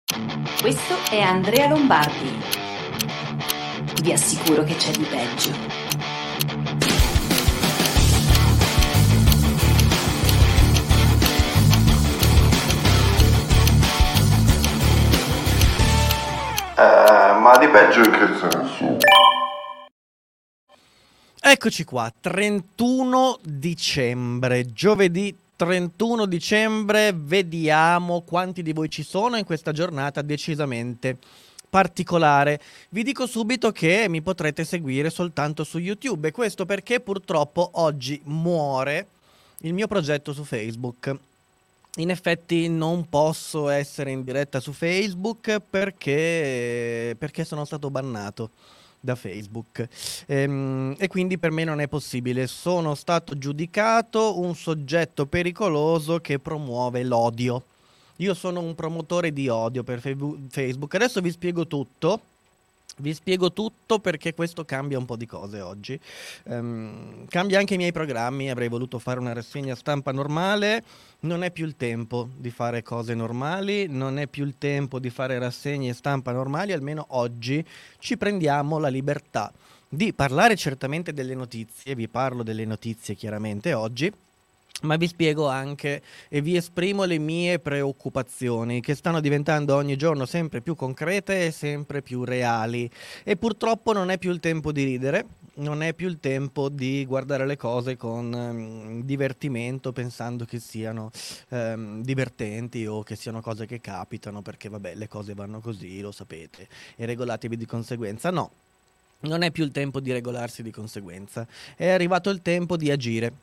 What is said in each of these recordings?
Questo è Andrea Lombardi. Vi assicuro che c'è di peggio. Ma di peggio in che senso? Eccoci qua, 31 dicembre, giovedì 31 dicembre, vediamo quanti di voi ci sono in questa giornata decisamente particolare. Vi dico subito che mi potrete seguire soltanto su YouTube e questo perché purtroppo oggi muore il mio progetto su Facebook. In effetti non posso essere in diretta su Facebook perché sono stato bannato da Facebook. E quindi per me non è possibile. Sono stato giudicato un soggetto pericoloso che promuove l'odio. Io sono un promotore di odio per Facebook. Adesso vi spiego tutto. Vi spiego tutto perché questo cambia un po' di cose oggi. Cambia anche i miei programmi. Avrei voluto fare una rassegna stampa normale. Non è più il tempo di fare cose normali, non è più il tempo di fare rassegne stampa normali, almeno oggi ci prendiamo la libertà di parlare certamente delle notizie, vi parlo delle notizie chiaramente oggi, ma vi spiego anche e vi esprimo le mie preoccupazioni che stanno diventando ogni giorno sempre più concrete e sempre più reali. E purtroppo non è più il tempo di ridere, non è più il tempo di guardare le cose con divertimento pensando che siano divertenti o che siano cose che capitano perché vabbè le cose vanno così, lo sapete, e regolatevi di conseguenza. No, non è più il tempo di regolarsi di conseguenza, è arrivato il tempo di agire.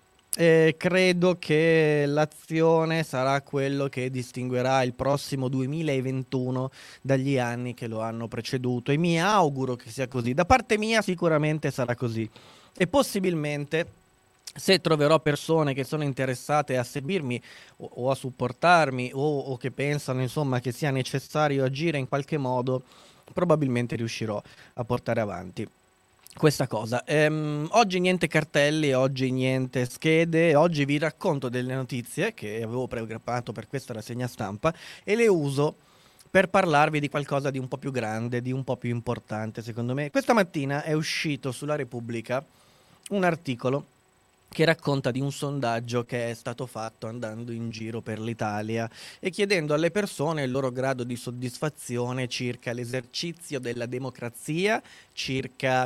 Credo che l'azione sarà quello che distinguerà il prossimo 2021 dagli anni che lo hanno preceduto e mi auguro che sia così. Da parte mia sicuramente sarà così e possibilmente se troverò persone che sono interessate a seguirmi o a supportarmi o che pensano insomma che sia necessario agire in qualche modo, probabilmente riuscirò a portare avanti questa cosa. Oggi niente cartelli, oggi niente schede, oggi vi racconto delle notizie che avevo preparato per questa rassegna stampa e le uso per parlarvi di qualcosa di un po' più grande, di un po' più importante secondo me. Questa mattina è uscito sulla Repubblica un articolo che racconta di un sondaggio che è stato fatto andando in giro per l'Italia e chiedendo alle persone il loro grado di soddisfazione circa l'esercizio della democrazia, circa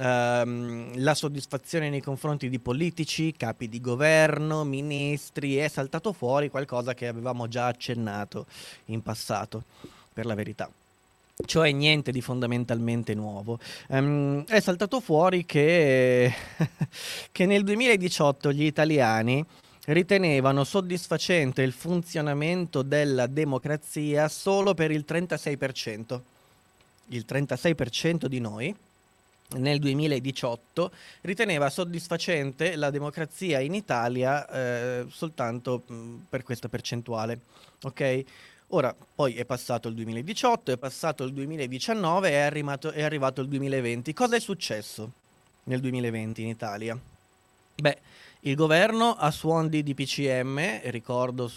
la soddisfazione nei confronti di politici, capi di governo, ministri. È saltato fuori qualcosa che avevamo già accennato in passato, per la verità. Cioè niente di fondamentalmente nuovo. È saltato fuori che, che nel 2018 gli italiani ritenevano soddisfacente il funzionamento della democrazia solo per il 36%. Il 36% di noi nel 2018 riteneva soddisfacente la democrazia in Italia soltanto per questa percentuale, ok? Ora, poi è passato il 2018, è passato il 2019 è arrivato il 2020. Cosa è successo nel 2020 in Italia? Beh, il governo a suon di DPCM, ricordo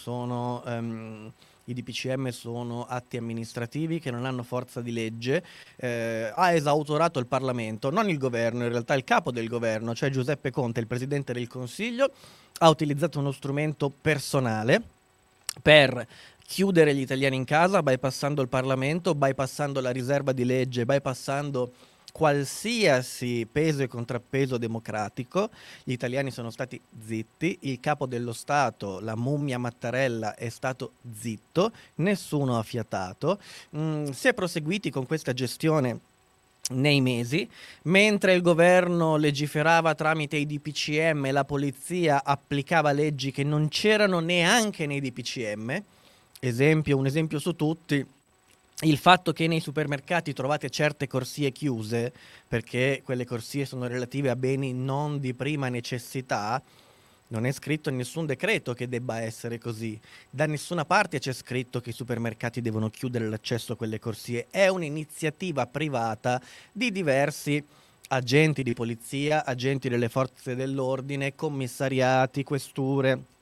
i DPCM sono atti amministrativi che non hanno forza di legge, ha esautorato il Parlamento, non il governo, in realtà il capo del governo, cioè Giuseppe Conte, il presidente del Consiglio, ha utilizzato uno strumento personale per chiudere gli italiani in casa, bypassando il Parlamento, bypassando la riserva di legge, bypassando qualsiasi peso e contrappeso democratico. Gli italiani sono stati zitti, il capo dello Stato, la mummia Mattarella, è stato zitto, nessuno ha fiatato. Si è proseguiti con questa gestione nei mesi, mentre il governo legiferava tramite i DPCM, la polizia applicava leggi che non c'erano neanche nei DPCM. Un esempio su tutti, il fatto che nei supermercati trovate certe corsie chiuse, perché quelle corsie sono relative a beni non di prima necessità, non è scritto in nessun decreto che debba essere così. Da nessuna parte c'è scritto che i supermercati devono chiudere l'accesso a quelle corsie. È un'iniziativa privata di diversi agenti di polizia, agenti delle forze dell'ordine, commissariati, questure,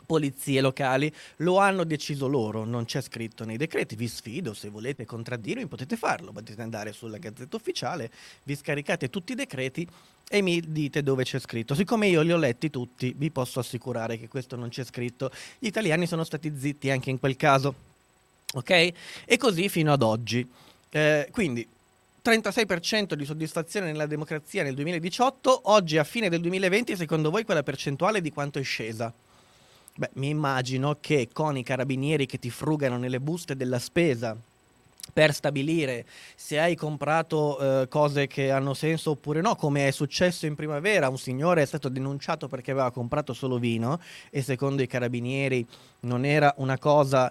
polizie locali, lo hanno deciso loro, non c'è scritto nei decreti. Vi sfido, se volete contraddirmi potete farlo, potete andare sulla Gazzetta Ufficiale, vi scaricate tutti i decreti e mi dite dove c'è scritto. Siccome io li ho letti tutti, vi posso assicurare che questo non c'è scritto. Gli italiani sono stati zitti anche in quel caso, ok? E così fino ad oggi. Quindi 36% di soddisfazione nella democrazia nel 2018, oggi a fine del 2020 secondo voi quella percentuale di quanto è scesa? Beh, mi immagino che con i carabinieri che ti frugano nelle buste della spesa per stabilire se hai comprato cose che hanno senso oppure no, come è successo in primavera, un signore è stato denunciato perché aveva comprato solo vino e secondo i carabinieri non era una cosa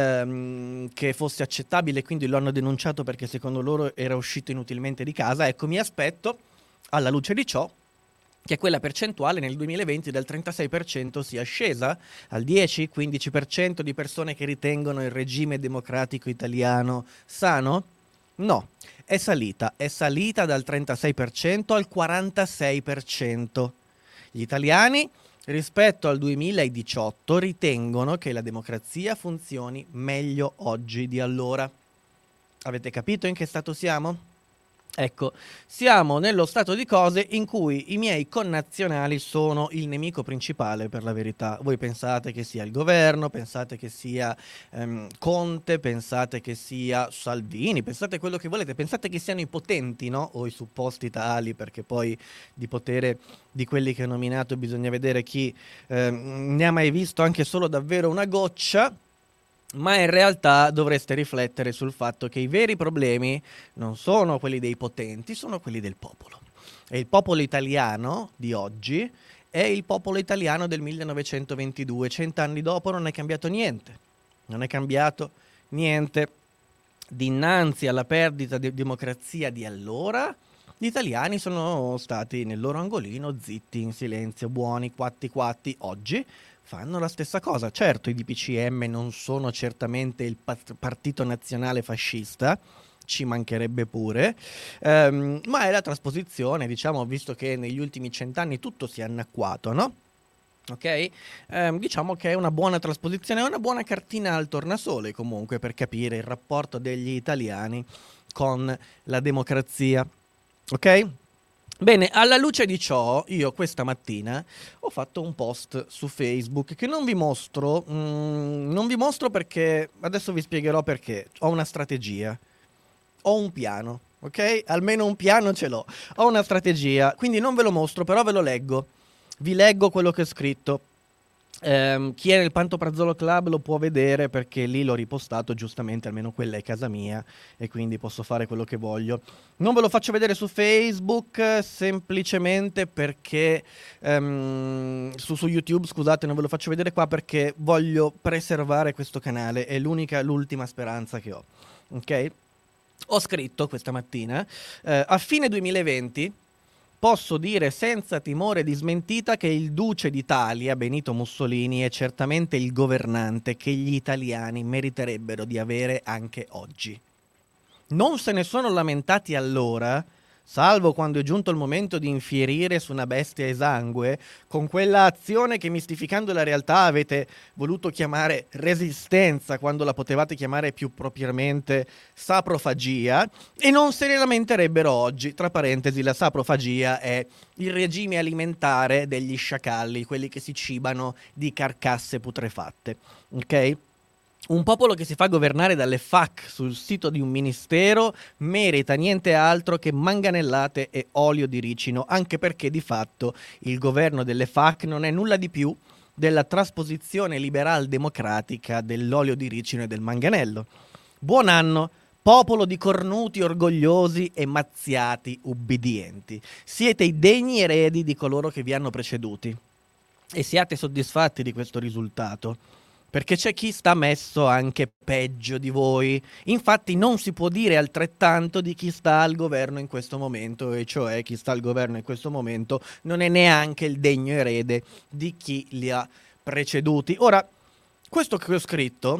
che fosse accettabile, quindi lo hanno denunciato perché secondo loro era uscito inutilmente di casa. Ecco, mi aspetto, alla luce di ciò, che quella percentuale nel 2020 del 36% sia scesa al 10-15% di persone che ritengono il regime democratico italiano sano? No, è salita dal 36% al 46%. Gli italiani rispetto al 2018 ritengono che la democrazia funzioni meglio oggi di allora. Avete capito in che stato siamo? Ecco, siamo nello stato di cose in cui i miei connazionali sono il nemico principale, per la verità. Voi pensate che sia il governo, pensate che sia Conte, pensate che sia Salvini, pensate quello che volete, pensate che siano i potenti, no? O i supposti tali, perché poi di potere di quelli che ho nominato bisogna vedere chi ne ha mai visto anche solo davvero una goccia. Ma in realtà dovreste riflettere sul fatto che i veri problemi non sono quelli dei potenti, sono quelli del popolo. E il popolo italiano di oggi è il popolo italiano del 1922. 100 anni dopo non è cambiato niente. Non è cambiato niente. Dinanzi alla perdita di democrazia di allora, gli italiani sono stati nel loro angolino, zitti, in silenzio, buoni, quatti quatti. Oggi fanno la stessa cosa. Certo, i DPCM non sono certamente il partito nazionale fascista, ci mancherebbe pure, ma è la trasposizione, diciamo, visto che negli ultimi 100 anni tutto si è annacquato, no? Ok? Diciamo che è una buona trasposizione, è una buona cartina al tornasole comunque per capire il rapporto degli italiani con la democrazia. Ok? Bene, alla luce di ciò, io questa mattina ho fatto un post su Facebook che non vi mostro perché, adesso vi spiegherò perché, ho una strategia, ho un piano, ok? Almeno un piano ce l'ho, ho una strategia, quindi non ve lo mostro, però ve lo leggo, vi leggo quello che ho scritto. Chi è nel Pantoprazolo Club lo può vedere perché lì l'ho ripostato giustamente, almeno quella è casa mia e quindi posso fare quello che voglio. Non ve lo faccio vedere su Facebook semplicemente perché su YouTube, scusate, non ve lo faccio vedere qua perché voglio preservare questo canale, è l'ultima speranza che ho. Ok? Ho scritto questa mattina a fine 2020 posso dire senza timore di smentita che il duce d'Italia, Benito Mussolini, è certamente il governante che gli italiani meriterebbero di avere anche oggi. Non se ne sono lamentati allora, salvo quando è giunto il momento di infierire su una bestia esangue, con quella azione che mistificando la realtà avete voluto chiamare resistenza, quando la potevate chiamare più propriamente saprofagia, e non se ne lamenterebbero oggi. Tra parentesi, la saprofagia è il regime alimentare degli sciacalli, quelli che si cibano di carcasse putrefatte, ok? Un popolo che si fa governare dalle FAC sul sito di un ministero merita niente altro che manganellate e olio di ricino, anche perché di fatto il governo delle FAC non è nulla di più della trasposizione liberal-democratica dell'olio di ricino e del manganello. Buon anno, popolo di cornuti orgogliosi e mazziati ubbidienti. Siete i degni eredi di coloro che vi hanno preceduti e siate soddisfatti di questo risultato. Perché c'è chi sta messo anche peggio di voi. Infatti non si può dire altrettanto di chi sta al governo in questo momento, e cioè chi sta al governo in questo momento non è neanche il degno erede di chi li ha preceduti. Ora, questo che ho scritto,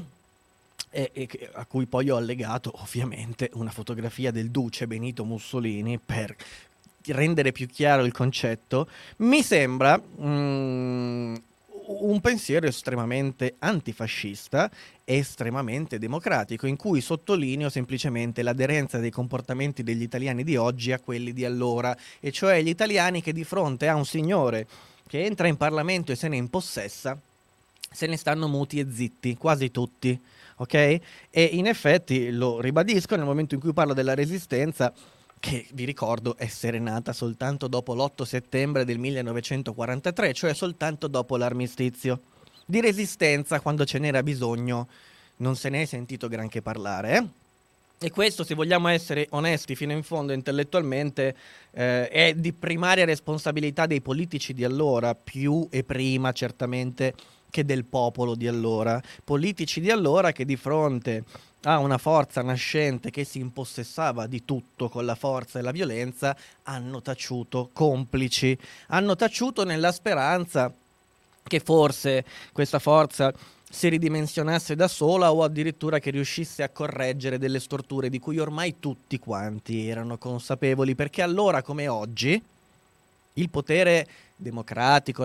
a cui poi ho allegato ovviamente una fotografia del duce Benito Mussolini per rendere più chiaro il concetto, mi sembra un pensiero estremamente antifascista, estremamente democratico, in cui sottolineo semplicemente l'aderenza dei comportamenti degli italiani di oggi a quelli di allora, e cioè gli italiani che di fronte a un signore che entra in Parlamento e se ne impossessa, se ne stanno muti e zitti, quasi tutti, ok? E in effetti, lo ribadisco, nel momento in cui parlo della Resistenza, che vi ricordo essere nata soltanto dopo l'8 settembre del 1943, cioè soltanto dopo l'armistizio. Di Resistenza, quando ce n'era bisogno, non se ne è sentito granché parlare, E questo, se vogliamo essere onesti fino in fondo intellettualmente, è di primaria responsabilità dei politici di allora, più e prima certamente che del popolo di allora. Politici di allora che di fronte a una forza nascente che si impossessava di tutto con la forza e la violenza, hanno taciuto, complici, hanno taciuto nella speranza che forse questa forza si ridimensionasse da sola o addirittura che riuscisse a correggere delle storture di cui ormai tutti quanti erano consapevoli, perché allora come oggi il potere democratico,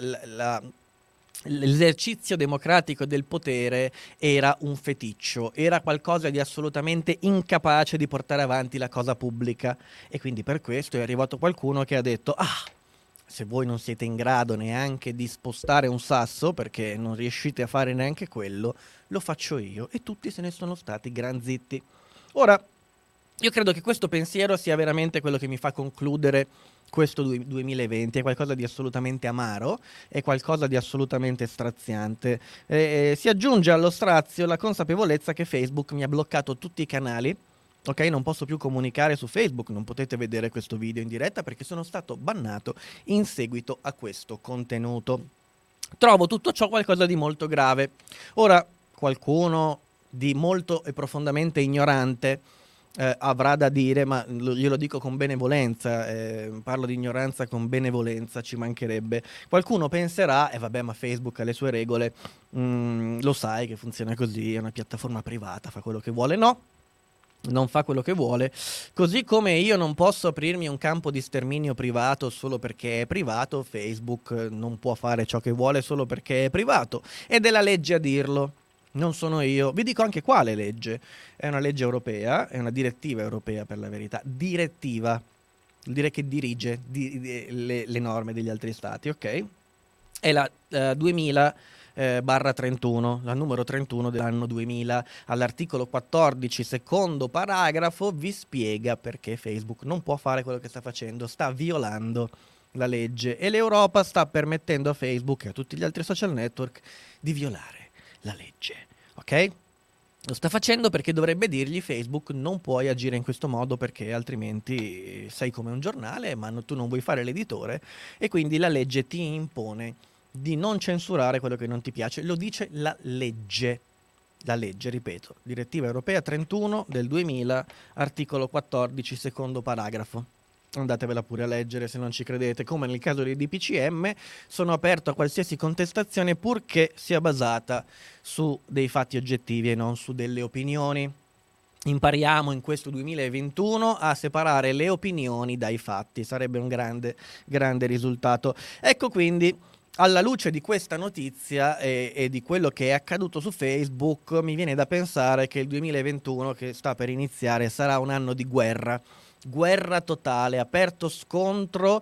l'esercizio democratico del potere era un feticcio, era qualcosa di assolutamente incapace di portare avanti la cosa pubblica, e quindi per questo è arrivato qualcuno che ha detto: ah, se voi non siete in grado neanche di spostare un sasso, perché non riuscite a fare neanche quello, lo faccio io. E tutti se ne sono stati gran zitti. Ora, io credo che questo pensiero sia veramente quello che mi fa concludere questo 2020. È qualcosa di assolutamente amaro, è qualcosa di assolutamente straziante. Si aggiunge allo strazio la consapevolezza che Facebook mi ha bloccato tutti i canali. Ok, non posso più comunicare su Facebook, non potete vedere questo video in diretta perché sono stato bannato in seguito a questo contenuto. Trovo tutto ciò qualcosa di molto grave. Ora, qualcuno di molto e profondamente ignorante avrà da dire, ma glielo dico con benevolenza, parlo di ignoranza con benevolenza, ci mancherebbe. Qualcuno penserà, vabbè, ma Facebook ha le sue regole, lo sai che funziona così, è una piattaforma privata, fa quello che vuole. No, non fa quello che vuole, così come io non posso aprirmi un campo di sterminio privato solo perché è privato, Facebook non può fare ciò che vuole solo perché è privato, ed è la legge a dirlo, non sono io. Vi dico anche quale legge: è una legge europea, è una direttiva europea, per la verità, direttiva, vuol dire che dirige le norme degli altri stati, ok? È la 2000 barra 31, la numero 31 dell'anno 2000, all'articolo 14, secondo paragrafo, vi spiega perché Facebook non può fare quello che sta facendo, sta violando la legge, e l'Europa sta permettendo a Facebook e a tutti gli altri social network di violare la legge, ok? Lo sta facendo perché dovrebbe dirgli: Facebook, non puoi agire in questo modo perché altrimenti sei come un giornale, ma tu non vuoi fare l'editore, e quindi la legge ti impone di non censurare quello che non ti piace. Lo dice la legge, ripeto, direttiva europea 31 del 2000, articolo 14, secondo paragrafo. Andatevela pure a leggere se non ci credete. Come nel caso dei DPCM, sono aperto a qualsiasi contestazione purché sia basata su dei fatti oggettivi e non su delle opinioni. Impariamo in questo 2021 a separare le opinioni dai fatti, sarebbe un grande, grande risultato. Ecco, quindi, alla luce di questa notizia e di quello che è accaduto su Facebook, mi viene da pensare che il 2021 che sta per iniziare sarà un anno di guerra totale, aperto scontro,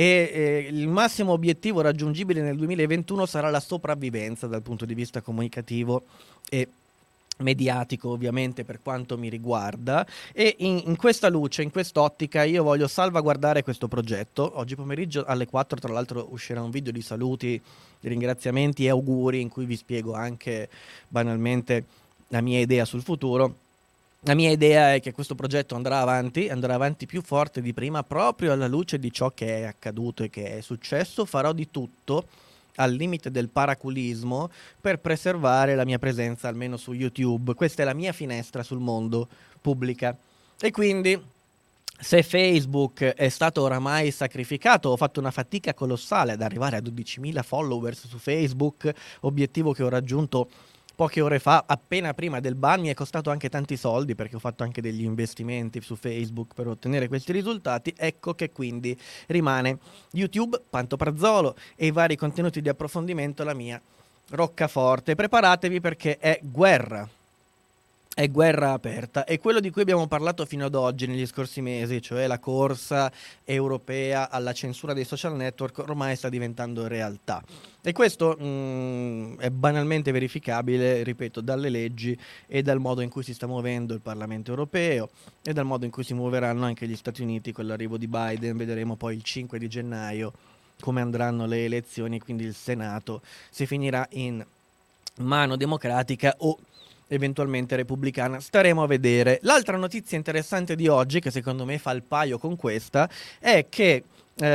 e il massimo obiettivo raggiungibile nel 2021 sarà la sopravvivenza dal punto di vista comunicativo e mediatico, ovviamente, per quanto mi riguarda. E in questa luce, in quest'ottica, io voglio salvaguardare questo progetto. Oggi pomeriggio alle 4 tra l'altro uscirà un video di saluti, di ringraziamenti e auguri, in cui vi spiego anche banalmente la mia idea sul futuro. La mia idea è che questo progetto andrà avanti più forte di prima, proprio alla luce di ciò che è accaduto e che è successo. Farò di tutto, al limite del paraculismo, per preservare la mia presenza almeno su YouTube. Questa è la mia finestra sul mondo pubblica. E quindi, se Facebook è stato oramai sacrificato, ho fatto una fatica colossale ad arrivare a 12.000 followers su Facebook, obiettivo che ho raggiunto poche ore fa, appena prima del ban. Mi è costato anche tanti soldi perché ho fatto anche degli investimenti su Facebook per ottenere questi risultati. Ecco che quindi rimane YouTube, Pantoprazolo e i vari contenuti di approfondimento la mia roccaforte. Preparatevi perché è guerra. È guerra aperta, è quello di cui abbiamo parlato fino ad oggi negli scorsi mesi, cioè la corsa europea alla censura dei social network ormai sta diventando realtà. E questo è banalmente verificabile, ripeto, dalle leggi e dal modo in cui si sta muovendo il Parlamento europeo e dal modo in cui si muoveranno anche gli Stati Uniti con l'arrivo di Biden. Vedremo poi il 5 di gennaio come andranno le elezioni, quindi il Senato si finirà in mano democratica o eventualmente repubblicana, staremo a vedere. L'altra notizia interessante di oggi, che secondo me fa il paio con questa, è che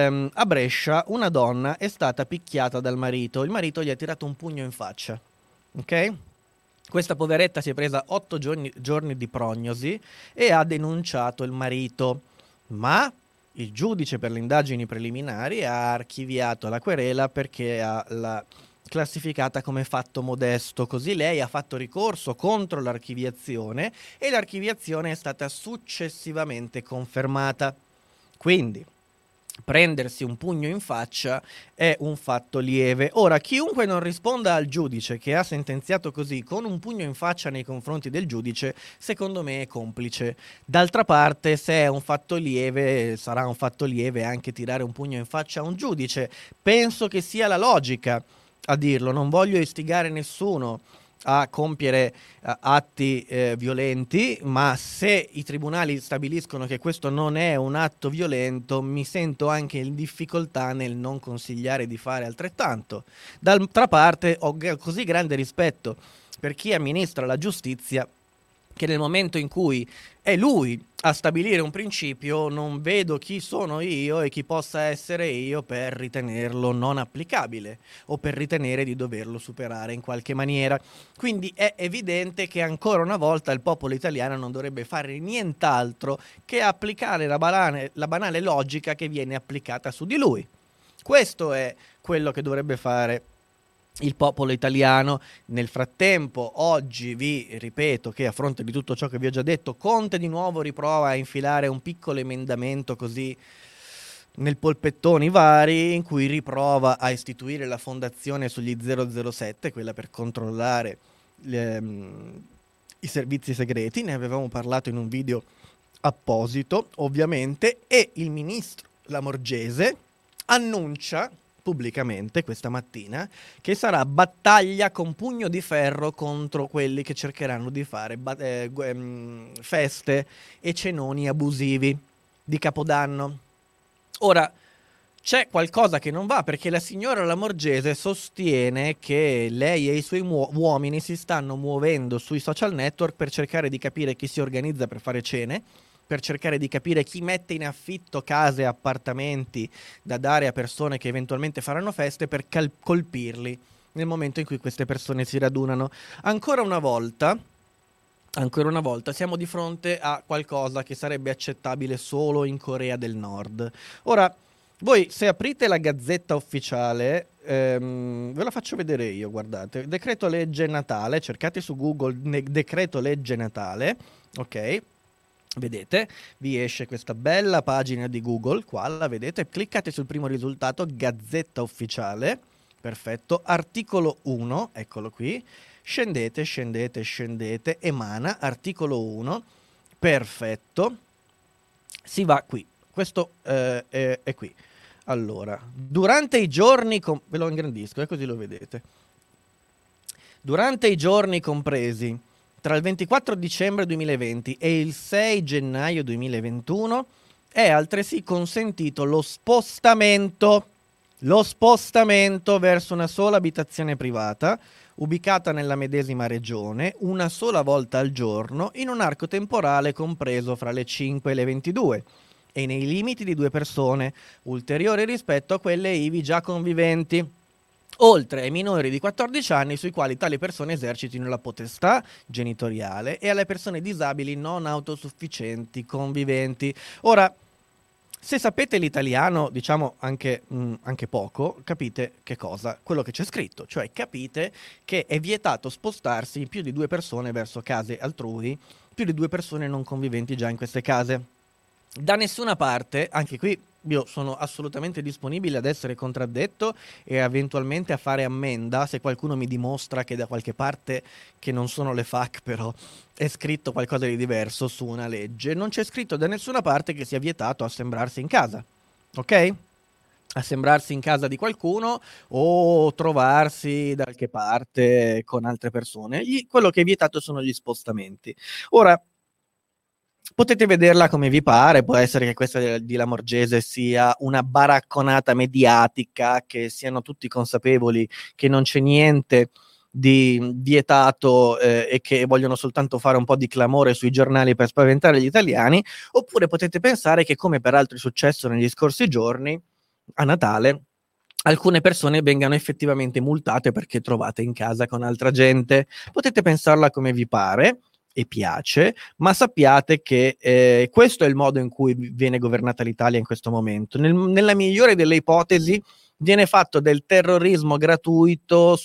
a Brescia una donna è stata picchiata dal marito. Il marito gli ha tirato un pugno in faccia, ok? Questa poveretta si è presa 8 giorni di prognosi e ha denunciato il marito, ma il giudice per le indagini preliminari ha archiviato la querela perché l'ha classificata come fatto modesto. Così lei ha fatto ricorso contro l'archiviazione e l'archiviazione è stata successivamente confermata. Quindi prendersi un pugno in faccia è un fatto lieve. Ora, chiunque non risponda al giudice che ha sentenziato così con un pugno in faccia nei confronti del giudice, secondo me è complice. D'altra parte, se è un fatto lieve, sarà un fatto lieve anche tirare un pugno in faccia a un giudice. Penso che sia la logica a dirlo. Non voglio istigare nessuno a compiere atti violenti, ma se i tribunali stabiliscono che questo non è un atto violento, mi sento anche in difficoltà nel non consigliare di fare altrettanto. D'altra parte ho così grande rispetto per chi amministra la giustizia che nel momento in cui è lui a stabilire un principio, non vedo chi sono io e chi possa essere io per ritenerlo non applicabile o per ritenere di doverlo superare in qualche maniera. Quindi è evidente che ancora una volta il popolo italiano non dovrebbe fare nient'altro che applicare la banale logica che viene applicata su di lui. Questo è quello che dovrebbe fare il popolo italiano. Nel frattempo, oggi vi ripeto che a fronte di tutto ciò che vi ho già detto, Conte di nuovo riprova a infilare un piccolo emendamento così nel polpettoni vari, in cui riprova a istituire la fondazione sugli 007, quella per controllare i servizi segreti. Ne avevamo parlato in un video apposito, ovviamente, e il ministro Lamorgese annuncia pubblicamente questa mattina che sarà battaglia con pugno di ferro contro quelli che cercheranno di fare feste e cenoni abusivi di Capodanno. Ora, c'è qualcosa che non va, perché la signora Lamorgese sostiene che lei e i suoi uomini si stanno muovendo sui social network per cercare di capire chi si organizza per fare cene, per cercare di capire chi mette in affitto case e appartamenti da dare a persone che eventualmente faranno feste, per colpirli nel momento in cui queste persone si radunano. Ancora una volta siamo di fronte a qualcosa che sarebbe accettabile solo in Corea del Nord. Ora, voi se aprite la Gazzetta Ufficiale, ve la faccio vedere io, guardate, decreto legge Natale, cercate su Google decreto legge Natale, ok? Vedete, vi esce questa bella pagina di Google, qua la vedete, cliccate sul primo risultato, Gazzetta Ufficiale, perfetto, articolo 1, eccolo qui, scendete, emana, articolo 1, perfetto, si va qui, questo è qui. Allora, durante i giorni, ve lo ingrandisco, così lo vedete, durante i giorni compresi tra il 24 dicembre 2020 e il 6 gennaio 2021 è altresì consentito lo spostamento verso una sola abitazione privata ubicata nella medesima regione una sola volta al giorno in un arco temporale compreso fra le 5 e le 22 e nei limiti di 2 persone, ulteriori rispetto a quelle ivi già conviventi, oltre ai minori di 14 anni sui quali tali persone esercitino la potestà genitoriale e alle persone disabili non autosufficienti conviventi. Ora, Se sapete l'italiano, diciamo anche poco, capite che cosa? Quello che c'è scritto, cioè capite che è vietato spostarsi più di 2 persone verso case altrui, più di 2 persone non conviventi già in queste case. Da nessuna parte, anche qui io sono assolutamente disponibile ad essere contraddetto e eventualmente a fare ammenda se qualcuno mi dimostra che da qualche parte, che non sono le FAQ però, è scritto qualcosa di diverso su una legge. Non c'è scritto da nessuna parte che sia vietato assembrarsi in casa, ok? Assembrarsi in casa di qualcuno o trovarsi da qualche parte con altre persone. Quello che è vietato sono gli spostamenti. Ora, potete vederla come vi pare, può essere che questa di Lamorgese sia una baracconata mediatica, che siano tutti consapevoli che non c'è niente di vietato e che vogliono soltanto fare un po' di clamore sui giornali per spaventare gli italiani, oppure potete pensare che, come peraltro è successo negli scorsi giorni, a Natale, alcune persone vengano effettivamente multate perché trovate in casa con altra gente. Potete pensarla come vi pare e piace, ma sappiate che questo è il modo in cui viene governata l'Italia in questo momento. Nella migliore delle ipotesi viene fatto del terrorismo gratuito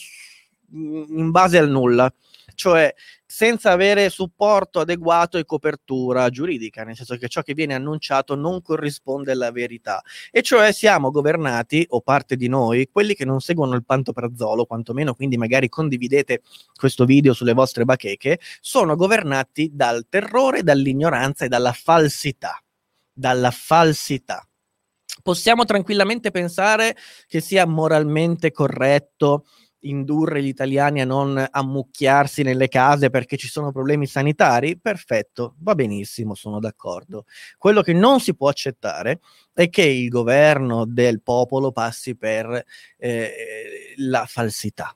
in base al nulla, cioè senza avere supporto adeguato e copertura giuridica, nel senso che ciò che viene annunciato non corrisponde alla verità, e cioè siamo governati, o parte di noi, quelli che non seguono il pantoprazolo, quantomeno, quindi magari condividete questo video sulle vostre bacheche, sono governati dal terrore, dall'ignoranza e dalla falsità. Dalla falsità. Possiamo tranquillamente pensare che sia moralmente corretto indurre gli italiani a non ammucchiarsi nelle case perché ci sono problemi sanitari? Perfetto, va benissimo, sono d'accordo. Quello che non si può accettare è che il governo del popolo passi per la falsità.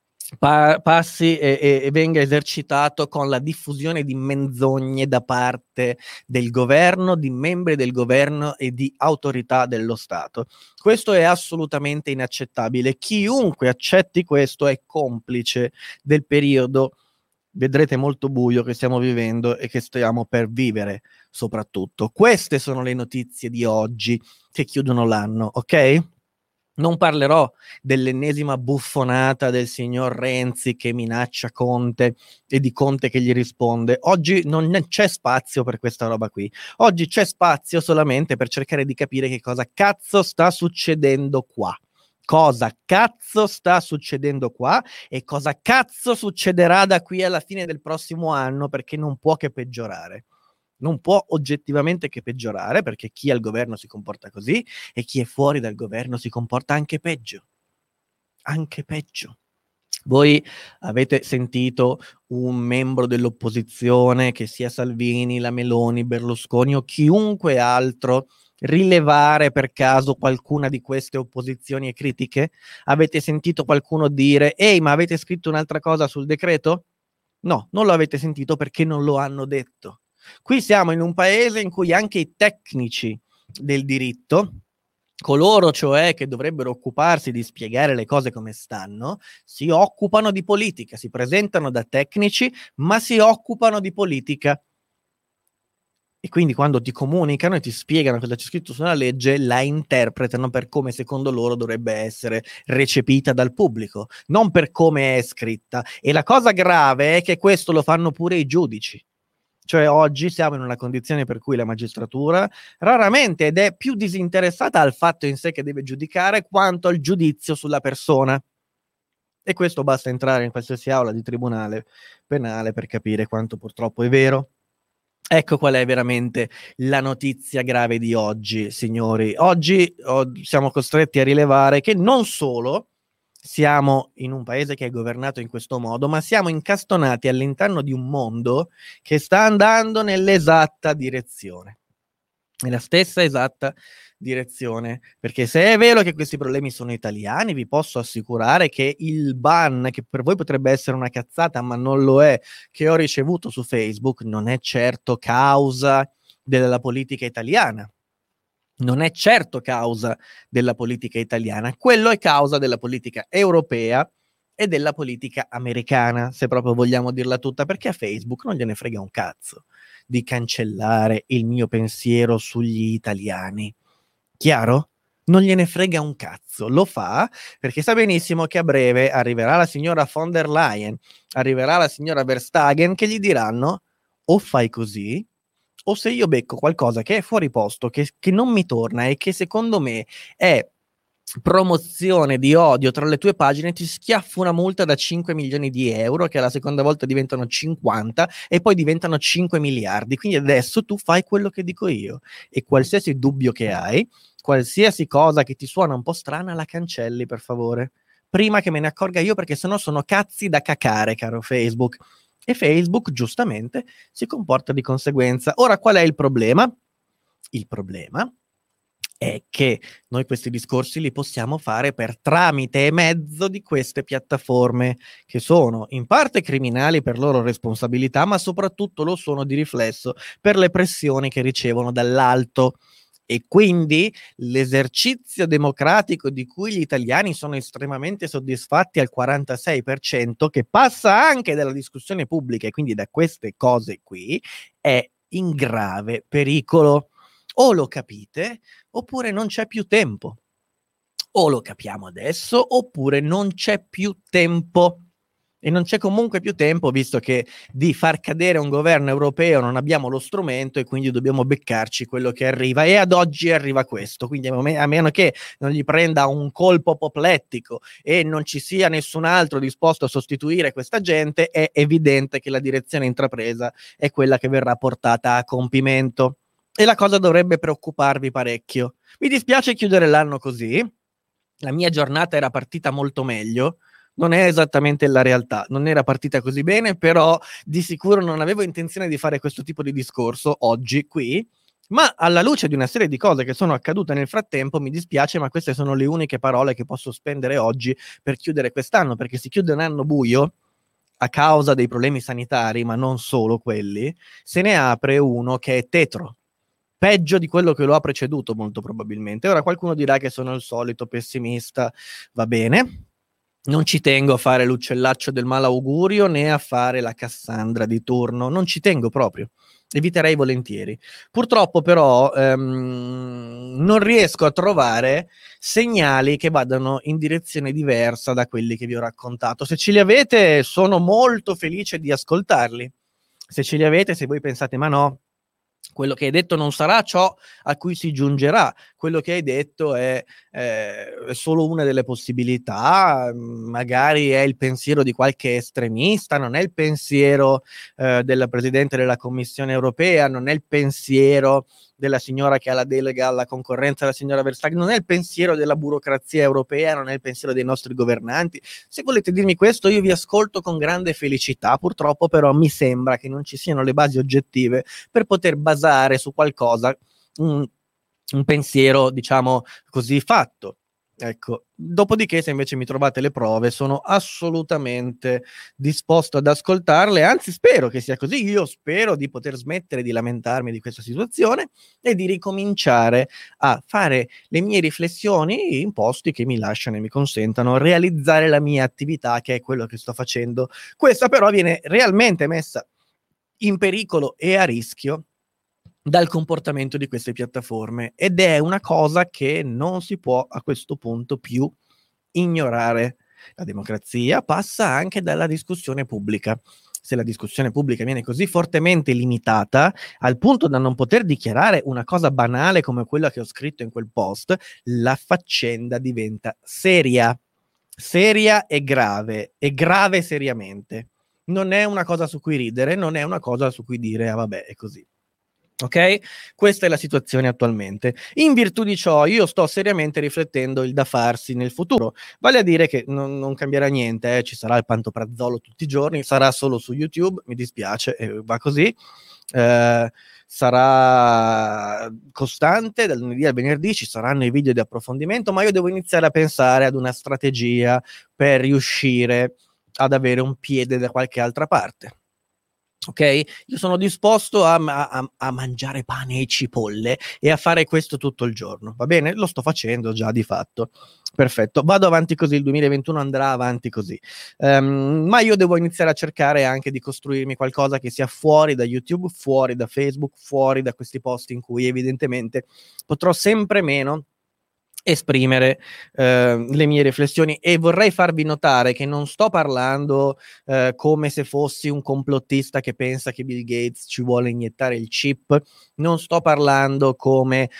Passi e venga esercitato con la diffusione di menzogne da parte del governo, di membri del governo e di autorità dello Stato. Questo è assolutamente inaccettabile. Chiunque accetti questo è complice del periodo, vedrete, molto buio che stiamo vivendo e che stiamo per vivere soprattutto. Queste sono le notizie di oggi che chiudono l'anno, ok? Non parlerò dell'ennesima buffonata del signor Renzi che minaccia Conte e di Conte che gli risponde. Oggi non c'è spazio per questa roba qui. Oggi c'è spazio solamente per cercare di capire che cosa cazzo sta succedendo qua. Cosa cazzo sta succedendo qua e cosa cazzo succederà da qui alla fine del prossimo anno, perché non può che peggiorare. Non può oggettivamente che peggiorare, perché chi è al governo si comporta così e chi è fuori dal governo si comporta anche peggio. Anche peggio. Voi avete sentito un membro dell'opposizione, che sia Salvini, la Meloni, Berlusconi o chiunque altro, rilevare per caso qualcuna di queste opposizioni e critiche? Avete sentito qualcuno dire: ehi, ma avete scritto un'altra cosa sul decreto? No, non lo avete sentito perché non lo hanno detto. Qui siamo in un paese in cui anche i tecnici del diritto, coloro cioè che dovrebbero occuparsi di spiegare le cose come stanno, si occupano di politica, si presentano da tecnici, ma si occupano di politica. E quindi quando ti comunicano e ti spiegano cosa c'è scritto sulla legge, la interpretano per come secondo loro dovrebbe essere recepita dal pubblico, non per come è scritta. E la cosa grave è che questo lo fanno pure i giudici. Cioè oggi siamo in una condizione per cui la magistratura raramente ed è più disinteressata al fatto in sé che deve giudicare quanto al giudizio sulla persona. E questo basta entrare in qualsiasi aula di tribunale penale per capire quanto purtroppo è vero. Ecco qual è veramente la notizia grave di oggi, signori. Oggi siamo costretti a rilevare che non solo siamo in un paese che è governato in questo modo, ma siamo incastonati all'interno di un mondo che sta andando nell'esatta direzione. Nella stessa esatta direzione, perché se è vero che questi problemi sono italiani, vi posso assicurare che il ban, che per voi potrebbe essere una cazzata ma non lo è, che ho ricevuto su Facebook, non è certo causa della politica italiana. Non è certo causa della politica italiana, quello è causa della politica europea e della politica americana, se proprio vogliamo dirla tutta, perché a Facebook non gliene frega un cazzo di cancellare il mio pensiero sugli italiani. Chiaro? Non gliene frega un cazzo, lo fa perché sa benissimo che a breve arriverà la signora von der Leyen, arriverà la signora Verstappen che gli diranno o fai così o se io becco qualcosa che è fuori posto, che non mi torna e che secondo me è promozione di odio tra le tue pagine, ti schiaffo una multa da 5 milioni di euro che alla seconda volta diventano 50 e poi diventano 5 miliardi. Quindi adesso tu fai quello che dico io e qualsiasi dubbio che hai, qualsiasi cosa che ti suona un po' strana, la cancelli per favore, prima che me ne accorga io, perché sennò sono cazzi da cacare, caro Facebook. E Facebook giustamente si comporta di conseguenza. Ora qual è il problema? Il problema è che noi questi discorsi li possiamo fare per tramite e mezzo di queste piattaforme che sono in parte criminali per loro responsabilità, ma soprattutto lo sono di riflesso per le pressioni che ricevono dall'alto. E quindi l'esercizio democratico di cui gli italiani sono estremamente soddisfatti al 46%, che passa anche dalla discussione pubblica e quindi da queste cose qui, è in grave pericolo. O lo capite, oppure non c'è più tempo. O lo capiamo adesso, oppure non c'è più tempo. E non c'è comunque più tempo, visto che di far cadere un governo europeo non abbiamo lo strumento e quindi dobbiamo beccarci quello che arriva. E ad oggi arriva questo. Quindi a meno che non gli prenda un colpo apoplettico e non ci sia nessun altro disposto a sostituire questa gente, è evidente che la direzione intrapresa è quella che verrà portata a compimento. E la cosa dovrebbe preoccuparvi parecchio. Mi dispiace chiudere l'anno così. La mia giornata era partita molto meglio. Non è esattamente la realtà, non era partita così bene, però di sicuro non avevo intenzione di fare questo tipo di discorso oggi qui, ma alla luce di una serie di cose che sono accadute nel frattempo, mi dispiace, ma queste sono le uniche parole che posso spendere oggi per chiudere quest'anno, perché si chiude un anno buio a causa dei problemi sanitari, ma non solo quelli, se ne apre uno che è tetro. Peggio di quello che lo ha preceduto, molto probabilmente. Ora qualcuno dirà che sono il solito pessimista, va bene. Non ci tengo a fare l'uccellaccio del malaugurio né a fare la Cassandra di turno, non ci tengo proprio, eviterei volentieri. Purtroppo però non riesco a trovare segnali che vadano in direzione diversa da quelli che vi ho raccontato. Se ce li avete, sono molto felice di ascoltarli. Se ce li avete, se voi pensate ma no, quello che hai detto non sarà ciò a cui si giungerà, quello che hai detto è solo una delle possibilità, magari è il pensiero di qualche estremista, non è il pensiero della Presidente della Commissione Europea, non è il pensiero della signora che ha la delega alla concorrenza, la signora Verstappen, non è il pensiero della burocrazia europea, non è il pensiero dei nostri governanti. Se volete dirmi questo, io vi ascolto con grande felicità. Purtroppo però mi sembra che non ci siano le basi oggettive per poter basare su qualcosa un pensiero, diciamo così, fatto. Ecco, dopodiché se invece mi trovate le prove sono assolutamente disposto ad ascoltarle, anzi spero che sia così, io spero di poter smettere di lamentarmi di questa situazione e di ricominciare a fare le mie riflessioni in posti che mi lasciano e mi consentano realizzare la mia attività, che è quello che sto facendo. Questa però viene realmente messa in pericolo e a rischio dal comportamento di queste piattaforme ed è una cosa che non si può a questo punto più ignorare. La democrazia passa anche dalla discussione pubblica. Se la discussione pubblica viene così fortemente limitata al punto da non poter dichiarare una cosa banale come quella che ho scritto in quel post, la faccenda diventa seria e grave seriamente. Non è una cosa su cui ridere, non è una cosa su cui dire ah vabbè è così. Ok? Questa è la situazione attualmente. In virtù di ciò, io sto seriamente riflettendo il da farsi nel futuro. Vale a dire che non cambierà niente, ci sarà il pantoprazolo tutti i giorni, sarà solo su YouTube, mi dispiace, va così. Sarà costante dal lunedì al venerdì, ci saranno i video di approfondimento, ma io devo iniziare a pensare ad una strategia per riuscire ad avere un piede da qualche altra parte. Ok? Io sono disposto a mangiare pane e cipolle e a fare questo tutto il giorno, va bene? Lo sto facendo già di fatto. Perfetto, vado avanti così, il 2021 andrà avanti così. Ma io devo iniziare a cercare anche di costruirmi qualcosa che sia fuori da YouTube, fuori da Facebook, fuori da questi posti in cui evidentemente potrò sempre meno esprimere le mie riflessioni, e vorrei farvi notare che non sto parlando come se fossi un complottista che pensa che Bill Gates ci vuole iniettare il chip, non sto parlando come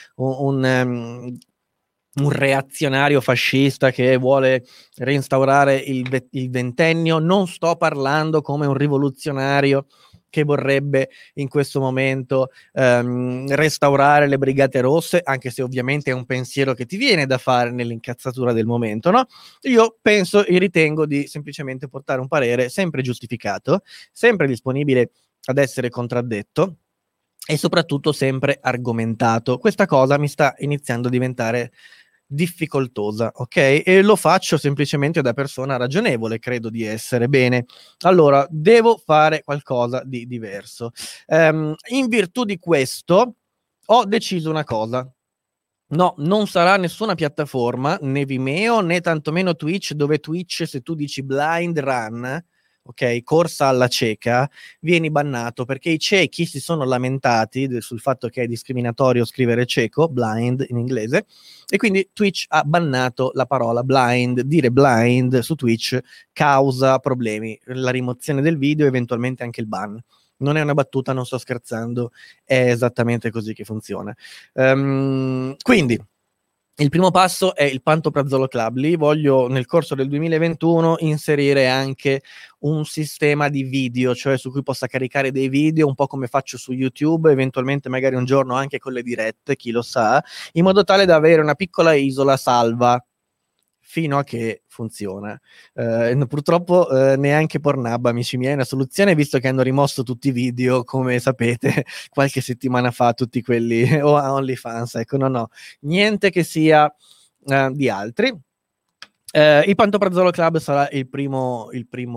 un reazionario fascista che vuole reinstaurare il ventennio, non sto parlando come un rivoluzionario che vorrebbe in questo momento restaurare le Brigate Rosse, anche se ovviamente è un pensiero che ti viene da fare nell'incazzatura del momento, no? Io penso e ritengo di semplicemente portare un parere sempre giustificato, sempre disponibile ad essere contraddetto e soprattutto sempre argomentato. Questa cosa mi sta iniziando a diventare difficoltosa, ok? E lo faccio semplicemente da persona ragionevole, credo di essere. Bene, allora devo fare qualcosa di diverso. In virtù di questo ho deciso una cosa. No, non sarà nessuna piattaforma, né Vimeo, né tantomeno Twitch, dove Twitch, se tu dici blind run, ok, corsa alla cieca, vieni bannato, perché i ciechi si sono lamentati sul fatto che è discriminatorio scrivere cieco, blind in inglese, e quindi Twitch ha bannato la parola blind. Dire blind su Twitch causa problemi, la rimozione del video, eventualmente anche il ban. Non è una battuta, non sto scherzando, è esattamente così che funziona. Quindi il primo passo è il Pantoprazolo Club. Lì voglio nel corso del 2021 inserire anche un sistema di video, cioè su cui possa caricare dei video, un po' come faccio su YouTube, eventualmente magari un giorno anche con le dirette, chi lo sa, in modo tale da avere una piccola isola salva fino a che funziona. Purtroppo neanche Pornhub, amici miei, è una soluzione, visto che hanno rimosso tutti i video, come sapete, qualche settimana fa, tutti quelli, o a OnlyFans, ecco, no, niente che sia di altri. Il Pantoprazolo Club sarà il primo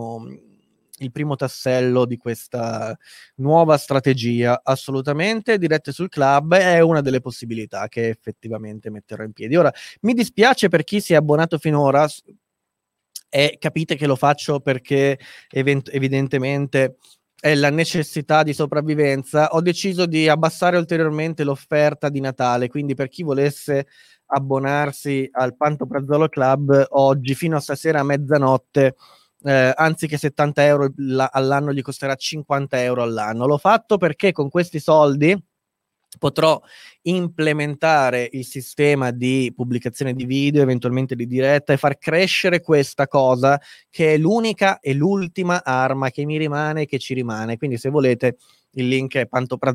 tassello di questa nuova strategia, assolutamente. Dirette sul club è una delle possibilità che effettivamente metterò in piedi. Ora, mi dispiace per chi si è abbonato finora e capite che lo faccio perché evidentemente è la necessità di sopravvivenza. Ho deciso di abbassare ulteriormente l'offerta di Natale, quindi per chi volesse abbonarsi al Pantoprazolo Club oggi fino a stasera a mezzanotte, anziché 70 euro all'anno, gli costerà 50 euro all'anno. L'ho fatto perché con questi soldi potrò implementare il sistema di pubblicazione di video, eventualmente di diretta, e far crescere questa cosa che è l'unica e l'ultima arma che mi rimane e che ci rimane. Quindi se volete il link è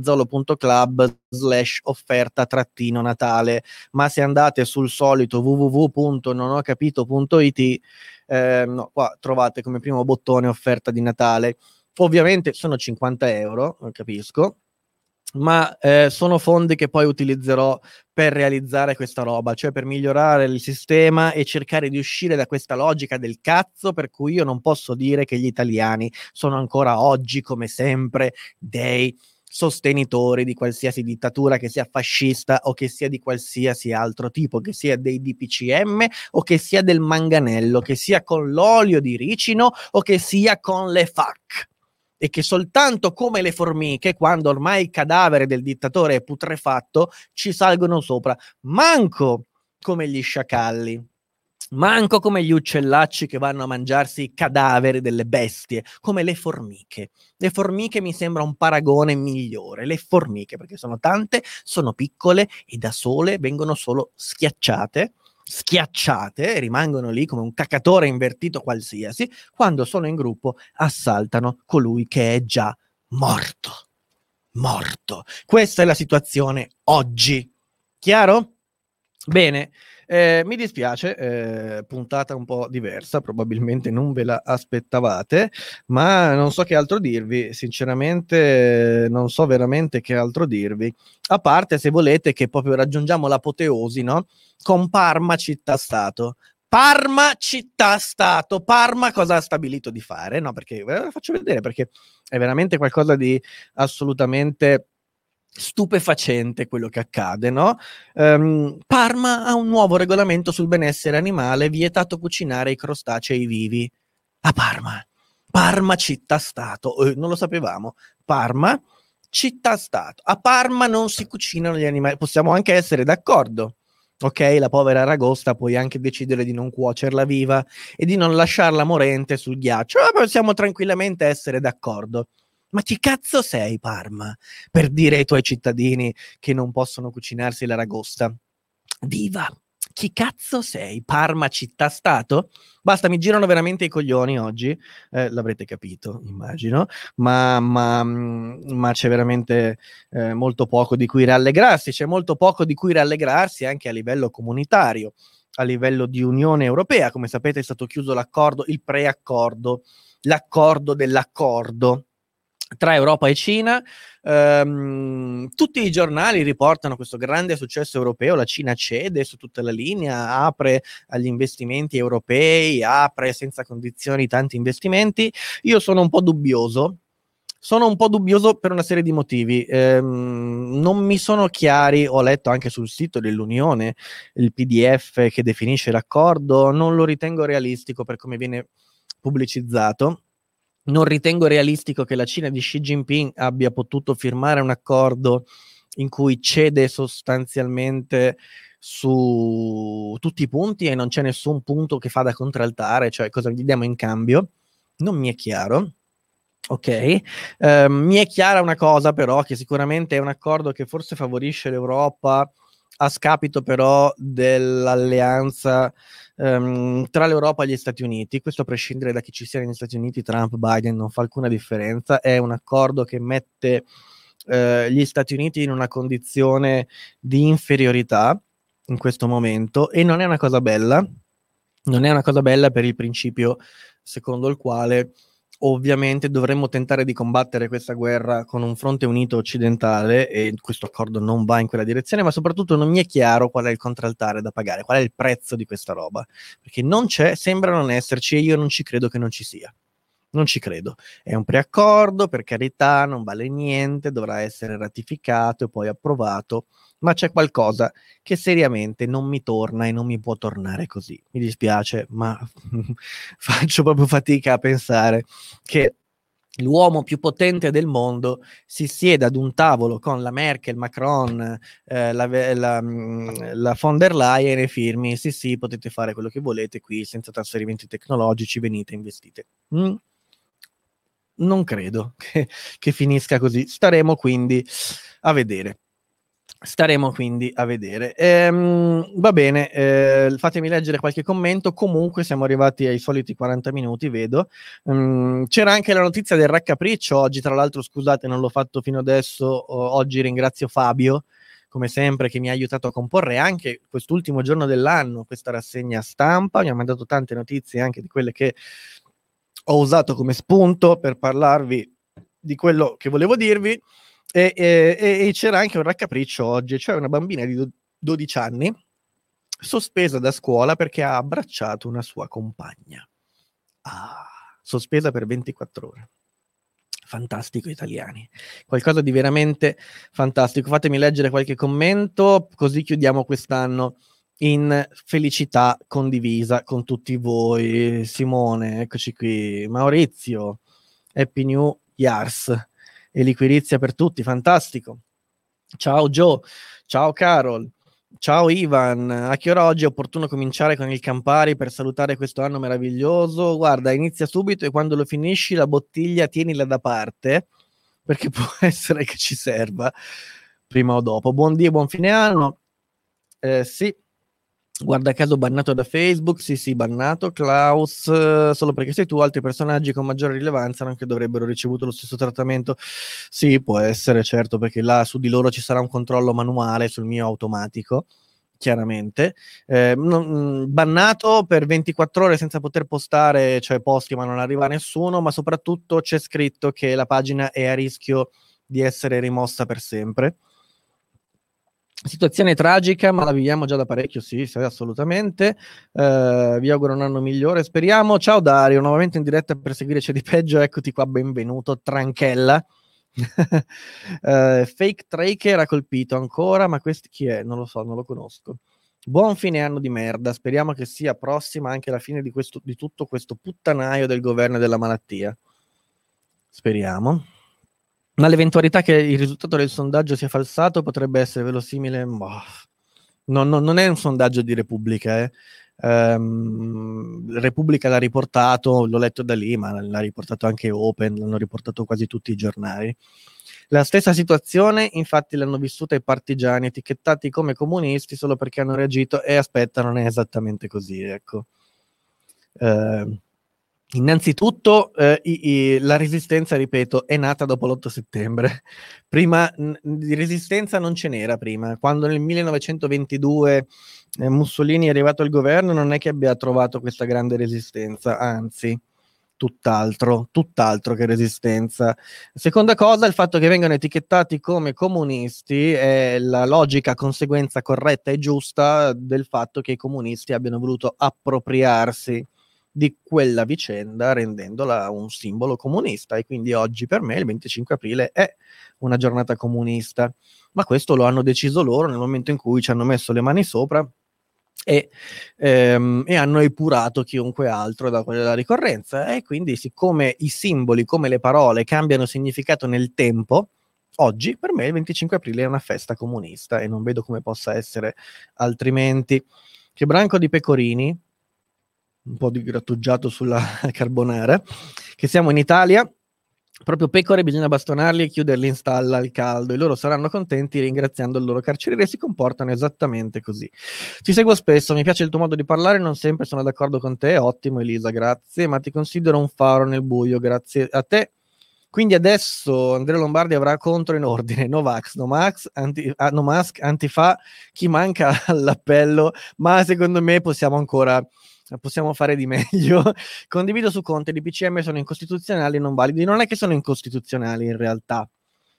pantoprazzolo.club/offerta-natale, ma se andate sul solito www.nonhocapito.it, no, qua trovate come primo bottone offerta di Natale. Ovviamente sono 50 euro, capisco, ma sono fondi che poi utilizzerò per realizzare questa roba, cioè per migliorare il sistema e cercare di uscire da questa logica del cazzo per cui io non posso dire che gli italiani sono ancora oggi, come sempre, dei sostenitori di qualsiasi dittatura, che sia fascista o che sia di qualsiasi altro tipo, che sia dei DPCM o che sia del manganello, che sia con l'olio di ricino o che sia con le FARC. E che soltanto come le formiche, quando ormai il cadavere del dittatore è putrefatto, ci salgono sopra, manco come gli sciacalli, manco come gli uccellacci che vanno a mangiarsi i cadaveri delle bestie, come le formiche. Le formiche mi sembra un paragone migliore, le formiche, perché sono tante, sono piccole e da sole vengono solo schiacciate e rimangono lì come un cacatore invertito qualsiasi. Quando sono in gruppo assaltano colui che è già morto. Questa è la situazione oggi. Chiaro? Bene, mi dispiace, puntata un po' diversa, probabilmente non ve la aspettavate, ma non so che altro dirvi, sinceramente non so veramente che altro dirvi, a parte, se volete, che proprio raggiungiamo l'apoteosi, no? Con Parma città-stato. Parma, città-stato. Parma cosa ha stabilito di fare? No, perché ve la faccio vedere, perché è veramente qualcosa di assolutamente stupefacente quello che accade, no? Parma ha un nuovo regolamento sul benessere animale, vietato cucinare i crostacei vivi. A Parma città-stato, non lo sapevamo. Parma città-stato. A Parma non si cucinano gli animali, possiamo anche essere d'accordo. Ok, la povera aragosta puoi anche decidere di non cuocerla viva e di non lasciarla morente sul ghiaccio, possiamo tranquillamente essere d'accordo. Ma chi cazzo sei, Parma, per dire ai tuoi cittadini che non possono cucinarsi l'aragosta viva? Chi cazzo sei? Parma città-stato? Basta, mi girano veramente i coglioni oggi, l'avrete capito, immagino, ma c'è veramente molto poco di cui rallegrarsi, c'è molto poco di cui rallegrarsi anche a livello comunitario, a livello di Unione Europea. Come sapete è stato chiuso l'accordo, il preaccordo, l'accordo dell'accordo tra Europa e Cina. Tutti i giornali riportano questo grande successo europeo, la Cina cede su tutta la linea, apre agli investimenti europei, apre senza condizioni tanti investimenti. Io sono un po' dubbioso per una serie di motivi. Non mi sono chiari, ho letto anche sul sito dell'Unione il PDF che definisce l'accordo, non lo ritengo realistico per come viene pubblicizzato. Non ritengo realistico che la Cina di Xi Jinping abbia potuto firmare un accordo in cui cede sostanzialmente su tutti i punti e non c'è nessun punto che fa da contraltare, cioè cosa gli diamo in cambio. Non mi è chiaro. Ok, mi è chiara una cosa però, che sicuramente è un accordo che forse favorisce l'Europa a scapito però dell'alleanza tra l'Europa e gli Stati Uniti. Questo a prescindere da chi ci sia negli Stati Uniti, Trump, Biden, non fa alcuna differenza. È un accordo che mette gli Stati Uniti in una condizione di inferiorità in questo momento, e non è una cosa bella. Non è una cosa bella per il principio secondo il quale ovviamente dovremmo tentare di combattere questa guerra con un fronte unito occidentale, e questo accordo non va in quella direzione, ma soprattutto non mi è chiaro qual è il contraltare da pagare, qual è il prezzo di questa roba, perché non c'è, sembra non esserci, e io non ci credo che non ci sia. Non ci credo. È un preaccordo, per carità, non vale niente, dovrà essere ratificato e poi approvato, ma c'è qualcosa che seriamente non mi torna e non mi può tornare così. Mi dispiace, ma faccio proprio fatica a pensare che l'uomo più potente del mondo si sieda ad un tavolo con la Merkel, Macron, la von der Leyen e firmi: sì, potete fare quello che volete qui senza trasferimenti tecnologici, venite, investite. Non credo che finisca così. Staremo quindi a vedere. Va bene, fatemi leggere qualche commento. Comunque siamo arrivati ai soliti 40 minuti, vedo. C'era anche la notizia del raccapriccio oggi, tra l'altro, scusate, non l'ho fatto fino adesso. Oggi ringrazio Fabio, come sempre, che mi ha aiutato a comporre anche quest'ultimo giorno dell'anno questa rassegna stampa. Mi ha mandato tante notizie, anche di quelle che ho usato come spunto per parlarvi di quello che volevo dirvi. E c'era anche un raccapriccio oggi, cioè una bambina di 12 anni sospesa da scuola perché ha abbracciato una sua compagna. Sospesa per 24 ore. Fantastico, italiani. Qualcosa di veramente fantastico. Fatemi leggere qualche commento, così chiudiamo quest'anno in felicità condivisa con tutti voi. Simone, eccoci qui. Maurizio, Happy New Years e liquirizia per tutti, fantastico. Ciao Joe, ciao Carol, ciao Ivan. A che ora oggi è opportuno cominciare con il Campari per salutare questo anno meraviglioso? Guarda, inizia subito e quando lo finisci la bottiglia tienila da parte, perché può essere che ci serva prima o dopo. Buon Dio, buon fine anno. Sì, guarda caso bannato da Facebook, sì, bannato. Klaus, solo perché sei tu, altri personaggi con maggiore rilevanza non che dovrebbero ricevuto lo stesso trattamento. Sì, può essere, certo, perché là su di loro ci sarà un controllo manuale, sul mio automatico, chiaramente. Bannato per 24 ore senza poter postare, cioè posti ma non arriva a nessuno, ma soprattutto c'è scritto che la pagina è a rischio di essere rimossa per sempre. Situazione tragica, ma la viviamo già da parecchio, sì, assolutamente. Vi auguro un anno migliore, speriamo. Ciao Dario, nuovamente in diretta per seguire C'è di peggio, eccoti qua, benvenuto, tranquella. Fake Drake era colpito ancora, ma questo chi è? Non lo so, non lo conosco. Buon fine anno di merda, speriamo che sia prossima anche la fine di tutto questo puttanaio del governo e della malattia. Speriamo. Ma l'eventualità che il risultato del sondaggio sia falsato potrebbe essere verosimile. Non è un sondaggio di Repubblica. Repubblica l'ha riportato, l'ho letto da lì, ma l'ha riportato anche Open, l'hanno riportato quasi tutti i giornali. La stessa situazione, infatti, l'hanno vissuta i partigiani, etichettati come comunisti solo perché hanno reagito. E aspetta, non è esattamente così, ecco. Innanzitutto la resistenza, ripeto, è nata dopo l'8 settembre. Prima di resistenza non ce n'era prima. Quando nel 1922 Mussolini è arrivato al governo non è che abbia trovato questa grande resistenza, anzi, tutt'altro che resistenza. Seconda cosa, il fatto che vengano etichettati come comunisti è la logica conseguenza corretta e giusta del fatto che i comunisti abbiano voluto appropriarsi di quella vicenda rendendola un simbolo comunista, e quindi oggi per me il 25 aprile è una giornata comunista, ma questo lo hanno deciso loro nel momento in cui ci hanno messo le mani sopra e hanno epurato chiunque altro da quella ricorrenza, e quindi siccome i simboli come le parole cambiano significato nel tempo, oggi per me il 25 aprile è una festa comunista e non vedo come possa essere altrimenti. Che branco di pecorini, un po' di grattugiato sulla carbonara, che siamo in Italia, proprio pecore bisogna bastonarli e chiuderli in stalla al caldo, e loro saranno contenti ringraziando il loro carceriere, e si comportano esattamente così. Ti seguo spesso, mi piace il tuo modo di parlare, non sempre sono d'accordo con te, ottimo Elisa, grazie, ma ti considero un faro nel buio, grazie a te. Quindi adesso Andrea Lombardi avrà contro in ordine: Novax, no mask, Antifa, chi manca all'appello, ma secondo me possiamo fare di meglio. Condivido su Conte, i DPCM sono incostituzionali e non validi. Non è che sono incostituzionali in realtà.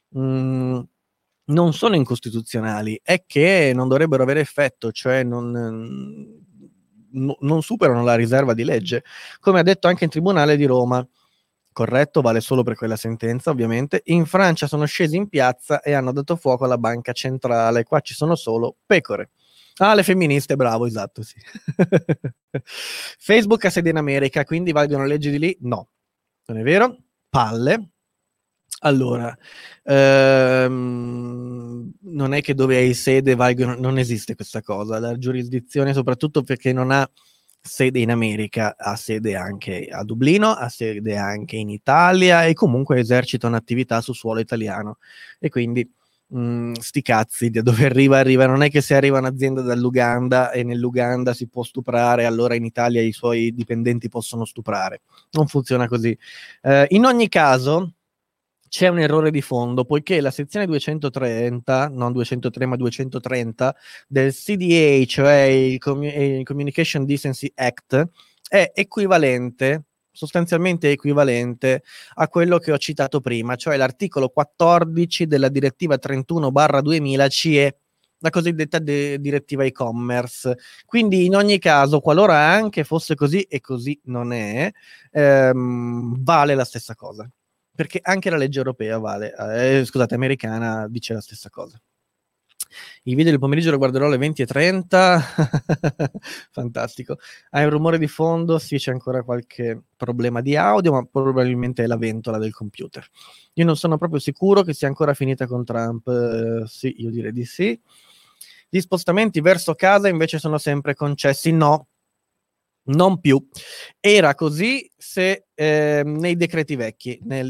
Non sono incostituzionali, è che non dovrebbero avere effetto, cioè non superano la riserva di legge, come ha detto anche in Tribunale di Roma. Corretto, vale solo per quella sentenza, ovviamente. In Francia sono scesi in piazza e hanno dato fuoco alla banca centrale. Qua ci sono solo pecore. Ah, le femministe, bravo, esatto, sì. Facebook ha sede in America, quindi valgono leggi di lì? No, non è vero. Palle. Allora, non è che dove hai sede valgono, non esiste questa cosa. La giurisdizione, soprattutto perché non ha sede in America, ha sede anche a Dublino, ha sede anche in Italia, e comunque esercita un'attività su suolo italiano, e quindi sti cazzi, da dove arriva, non è che se arriva un'azienda dall'Uganda e nell'Uganda si può stuprare, allora in Italia i suoi dipendenti possono stuprare. Non funziona così. In ogni caso c'è un errore di fondo, poiché la sezione 230, non 203 ma 230 del CDA, cioè il Communication Decency Act, è equivalente, sostanzialmente equivalente a quello che ho citato prima, cioè l'articolo 14 della direttiva 31/2000 CE, la cosiddetta direttiva e-commerce. Quindi in ogni caso, qualora anche fosse così, e così non è, vale la stessa cosa, perché anche la legge europea americana dice la stessa cosa. I video del pomeriggio lo guarderò alle 20:30. Fantastico. Hai un rumore di fondo? Sì, c'è ancora qualche problema di audio, ma probabilmente è la ventola del computer. Io non sono proprio sicuro che sia ancora finita con Trump. Sì, io direi di sì. Gli spostamenti verso casa invece sono sempre concessi? No, non più. Era così se nei decreti vecchi, nei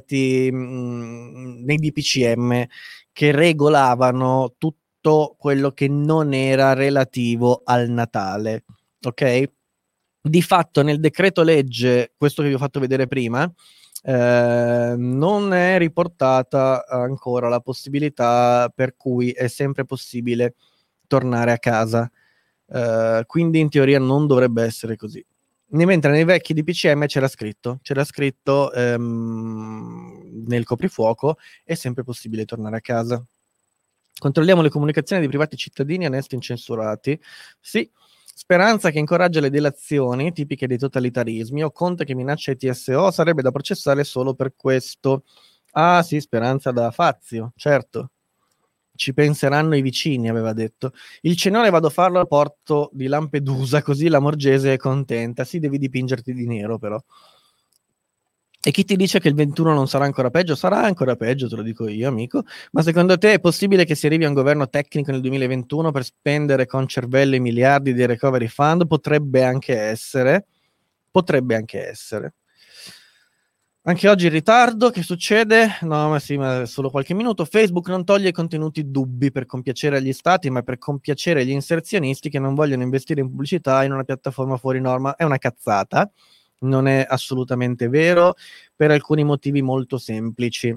DPCM che regolavano tutto quello che non era relativo al Natale, ok? Di fatto nel decreto legge, questo che vi ho fatto vedere prima, non è riportata ancora la possibilità per cui è sempre possibile tornare a casa. Quindi in teoria non dovrebbe essere così. Mentre nei vecchi DPCM c'era scritto nel coprifuoco è sempre possibile tornare a casa. Controlliamo le comunicazioni di privati cittadini onesti incensurati. Sì. Speranza che incoraggia le delazioni tipiche dei totalitarismi o Conte che minaccia i TSO sarebbe da processare solo per questo. Ah sì, Speranza da Fazio, certo. Ci penseranno i vicini, aveva detto. Il cenone vado a farlo al porto di Lampedusa, così la Morgese è contenta. Sì, devi dipingerti di nero però. E chi ti dice che il 21 non sarà ancora peggio? Sarà ancora peggio, te lo dico io, amico. Ma secondo te è possibile che si arrivi a un governo tecnico nel 2021 per spendere con cervello i miliardi dei recovery fund? Potrebbe anche essere. Potrebbe anche essere. Anche oggi in ritardo, che succede? No, ma sì, ma solo qualche minuto. Facebook non toglie i contenuti dubbi per compiacere agli stati, ma per compiacere gli inserzionisti che non vogliono investire in pubblicità in una piattaforma fuori norma. È una cazzata. Non è assolutamente vero per alcuni motivi molto semplici.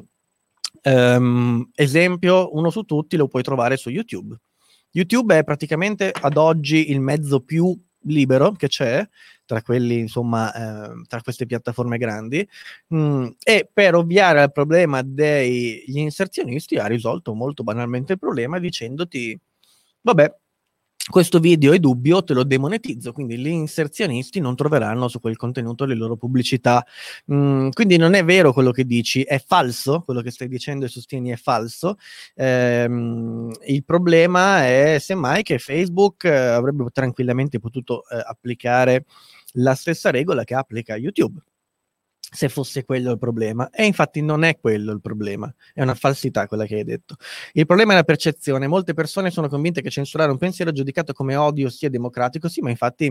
Esempio, uno su tutti lo puoi trovare su YouTube. YouTube è praticamente ad oggi il mezzo più libero che c'è tra quelli, insomma, tra queste piattaforme grandi, e per ovviare al problema degli inserzionisti ha risolto molto banalmente il problema dicendoti vabbè, questo video è dubbio, te lo demonetizzo, quindi gli inserzionisti non troveranno su quel contenuto le loro pubblicità. Quindi non è vero quello che dici, è falso, quello che stai dicendo e sostieni è falso. Il problema è semmai che Facebook avrebbe tranquillamente potuto applicare la stessa regola che applica a YouTube, se fosse quello il problema. E infatti non è quello il problema, è una falsità quella che hai detto. Il problema è la percezione. Molte persone sono convinte che censurare un pensiero giudicato come odio sia democratico. Sì, ma infatti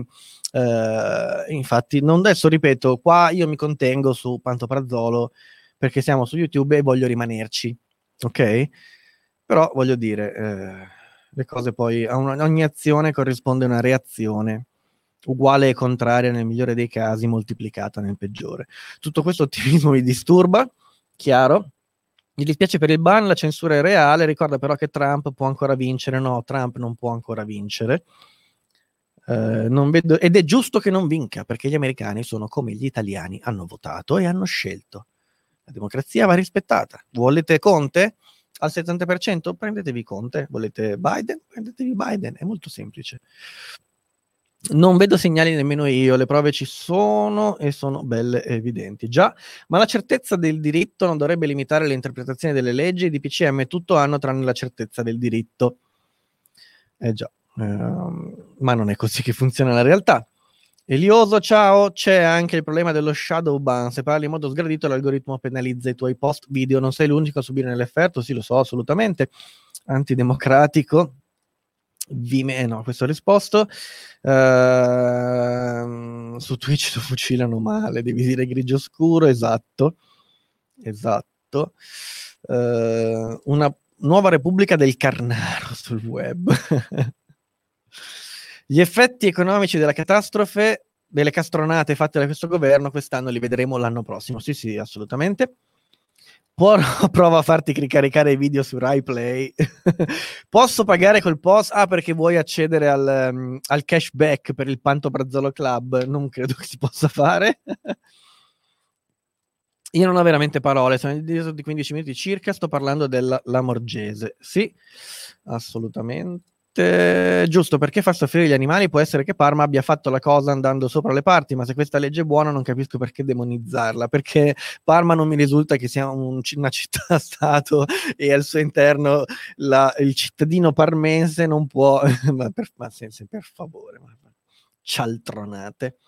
non adesso ripeto, qua io mi contengo su Pantoprazolo perché siamo su YouTube e voglio rimanerci, ok? Però voglio dire, le cose poi, a ogni azione corrisponde una reazione uguale e contraria nel migliore dei casi, moltiplicata nel peggiore. Tutto questo ottimismo mi disturba, chiaro. Mi dispiace per il ban, la censura è reale, ricorda però che Trump può ancora vincere. No, Trump non può ancora vincere. Non vedo, ed è giusto che non vinca, perché gli americani sono come gli italiani, hanno votato e hanno scelto. La democrazia va rispettata. Volete Conte? Al 70%? Prendetevi Conte. Volete Biden? Prendetevi Biden. È molto semplice. Non vedo segnali nemmeno io, le prove ci sono e sono belle e evidenti. Già, ma la certezza del diritto non dovrebbe limitare le interpretazioni delle leggi. I DPCM tutto hanno tranne la certezza del diritto. Già, ma non è così che funziona la realtà. Elioso, ciao, c'è anche il problema dello shadow ban. Se parli in modo sgradito l'algoritmo penalizza i tuoi post video. Non sei l'unico a subire nell'effetto, sì lo so assolutamente. Antidemocratico. No, questo ho risposto. Su Twitch lo fucilano male, devi dire grigio scuro, esatto. Una nuova repubblica del Carnaro sul web. Gli effetti economici della catastrofe, delle castronate fatte da questo governo, quest'anno li vedremo l'anno prossimo. Sì, assolutamente. Prova a farti ricaricare i video su RaiPlay. Posso pagare col POS? Perché vuoi accedere al cashback per il Pantoprazolo Club? Non credo che si possa fare. Io non ho veramente parole, sono di 15 minuti circa, sto parlando della Lamorgese. Sì, assolutamente. Giusto, perché far soffrire gli animali? Può essere che Parma abbia fatto la cosa andando sopra le parti, ma se questa legge è buona non capisco perché demonizzarla, perché Parma non mi risulta che sia una città-stato e al suo interno il cittadino parmense non può, ma per favore, cialtronate.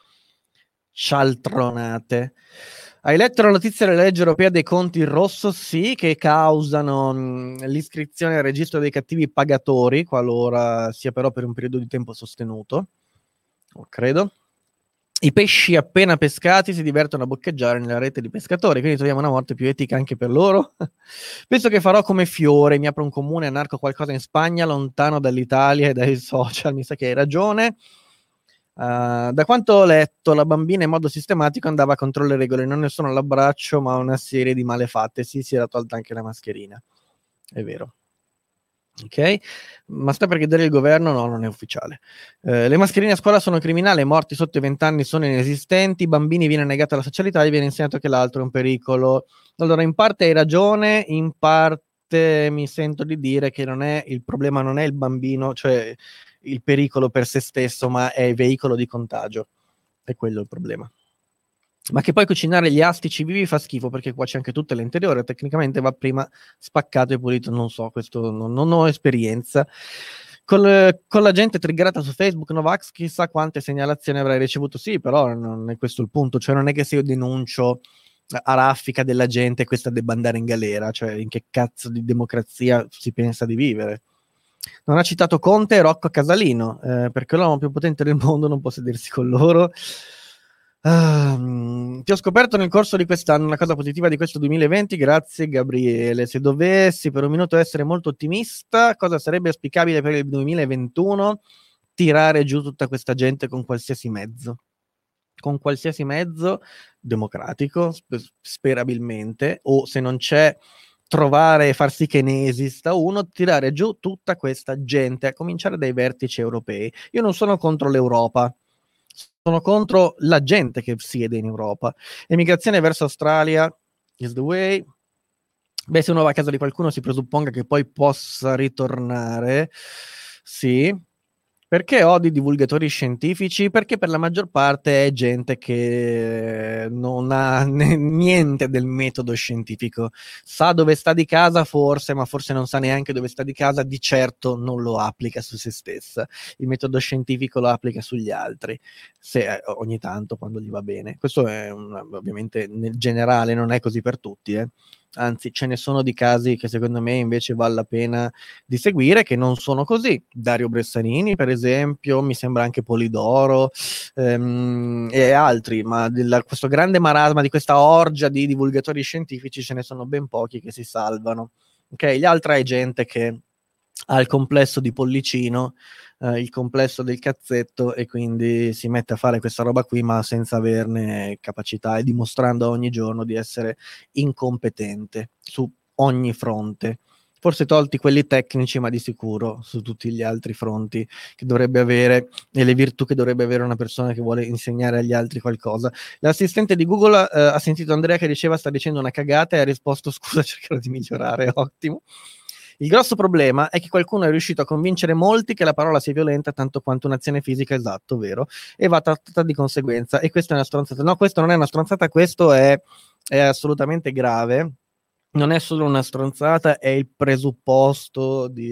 Hai letto la notizia della legge europea dei conti in rosso? Sì, che causano l'iscrizione al registro dei cattivi pagatori, qualora sia però per un periodo di tempo sostenuto, credo. I pesci appena pescati si divertono a boccheggiare nella rete di pescatori, quindi troviamo una morte più etica anche per loro. Penso che farò come Fiore, mi apro un comune, anarco qualcosa in Spagna, lontano dall'Italia e dai social, mi sa che hai ragione. Da quanto ho letto, la bambina in modo sistematico andava contro le regole, non ne sono all'abbraccio, ma una serie di malefatte. Sì, si era tolta anche la mascherina. È vero. Ok? Ma sta per chiedere il governo? No, non è ufficiale. Le mascherine a scuola sono criminali, morti sotto i 20 anni sono inesistenti, bambini viene negata la socialità e viene insegnato che l'altro è un pericolo. Allora, in parte hai ragione, in parte volte mi sento di dire che il problema non è il bambino, cioè il pericolo per se stesso, ma è il veicolo di contagio. È quello il problema. Ma che poi cucinare gli astici vivi fa schifo, perché qua c'è anche tutto l'interiore, tecnicamente va prima spaccato e pulito, non so, questo non ho esperienza. Con la gente triggerata su Facebook, Novax, chissà quante segnalazioni avrai ricevuto. Sì, però non è questo il punto, cioè non è che se io denuncio a raffica della gente questa debba andare in galera, cioè in che cazzo di democrazia si pensa di vivere? Non ha citato Conte e Rocco Casalino, perché l'uomo più potente del mondo non può sedersi con loro. Ti ho scoperto nel corso di quest'anno una cosa positiva di questo 2020, grazie Gabriele. Se dovessi per un minuto essere molto ottimista, cosa sarebbe auspicabile per il 2021? Tirare giù tutta questa gente con qualsiasi mezzo democratico, sperabilmente, o se non c'è, trovare e far sì che ne esista uno, tirare giù tutta questa gente, a cominciare dai vertici europei. Io non sono contro l'Europa, sono contro la gente che siede in Europa. Emigrazione verso Australia is the way. Beh, se uno va a casa di qualcuno si presupponga che poi possa ritornare. Sì. Perché odi i divulgatori scientifici? Perché per la maggior parte è gente che non ha niente del metodo scientifico. Sa dove sta di casa forse, ma forse non sa neanche dove sta di casa, di certo non lo applica su se stessa. Il metodo scientifico lo applica sugli altri, ogni tanto, quando gli va bene. Questo è ovviamente nel generale, non è così per tutti, Anzi, ce ne sono di casi che secondo me invece vale la pena di seguire, che non sono così. Dario Bressanini, per esempio, mi sembra anche Polidoro, e altri, ma questo grande marasma di questa orgia di divulgatori scientifici ce ne sono ben pochi che si salvano. Okay? Gli altri è gente che ha il complesso di Pollicino, il complesso del cazzetto, e quindi si mette a fare questa roba qui, ma senza averne capacità e dimostrando ogni giorno di essere incompetente su ogni fronte. Forse tolti quelli tecnici, ma di sicuro su tutti gli altri fronti che dovrebbe avere, e le virtù che dovrebbe avere una persona che vuole insegnare agli altri qualcosa. L'assistente di Google ha sentito Andrea che diceva sta dicendo una cagata e ha risposto scusa, cercherò di migliorare. Ottimo. Il grosso problema è che qualcuno è riuscito a convincere molti che la parola sia violenta tanto quanto un'azione fisica, esatto, vero, e va trattata di conseguenza. E questa è una stronzata. No, questo non è una stronzata, questo è assolutamente grave. Non è solo una stronzata, è il presupposto di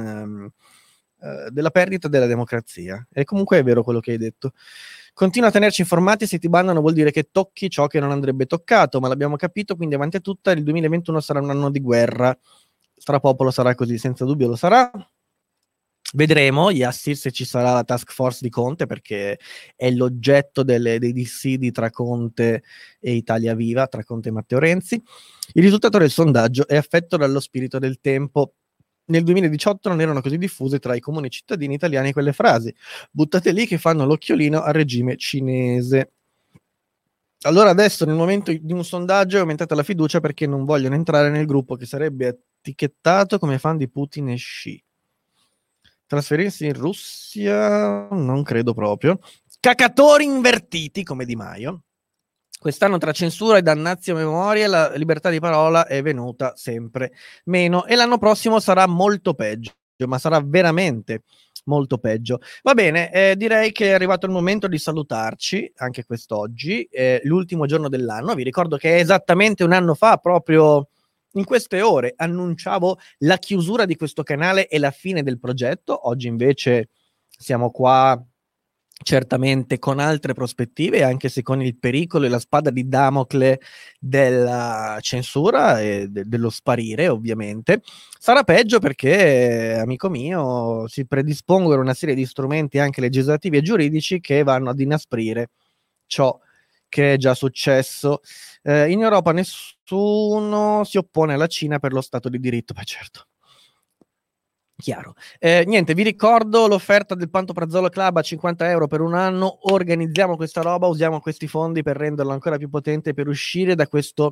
della perdita della democrazia. E comunque è vero quello che hai detto. Continua a tenerci informati, se ti bannano vuol dire che tocchi ciò che non andrebbe toccato, ma l'abbiamo capito, quindi avanti a tutta, il 2021 sarà un anno di guerra. Strapopolo sarà così, senza dubbio lo sarà. Vedremo, Yassir, se ci sarà la task force di Conte, perché è l'oggetto dei dissidi tra Conte e Italia Viva, tra Conte e Matteo Renzi. Il risultato del sondaggio è affetto dallo spirito del tempo. Nel 2018 non erano così diffuse tra i comuni cittadini italiani quelle frasi. Buttate lì che fanno l'occhiolino al regime cinese. Allora adesso, nel momento di un sondaggio, è aumentata la fiducia perché non vogliono entrare nel gruppo che sarebbe etichettato come fan di Putin e Xi. Trasferirsi in Russia? Non credo proprio. Cacatori invertiti come Di Maio. Quest'anno tra censura e dannazio memoria la libertà di parola è venuta sempre meno, e l'anno prossimo sarà molto peggio, ma sarà veramente molto peggio. Va bene, direi che è arrivato il momento di salutarci anche quest'oggi, l'ultimo giorno dell'anno. Vi ricordo che è esattamente un anno fa, proprio in queste ore, annunciavo la chiusura di questo canale e la fine del progetto. Oggi invece siamo qua certamente con altre prospettive, anche se con il pericolo e la spada di Damocle della censura e dello sparire, ovviamente. Sarà peggio perché, amico mio, si predispongono una serie di strumenti anche legislativi e giuridici che vanno ad inasprire ciò che è già successo. In Europa nessuno si oppone alla Cina per lo Stato di diritto, ma certo. Chiaro. Niente, vi ricordo l'offerta del Pantoprazolo Club a 50 euro per un anno. Organizziamo questa roba, usiamo questi fondi per renderlo ancora più potente, per uscire da questo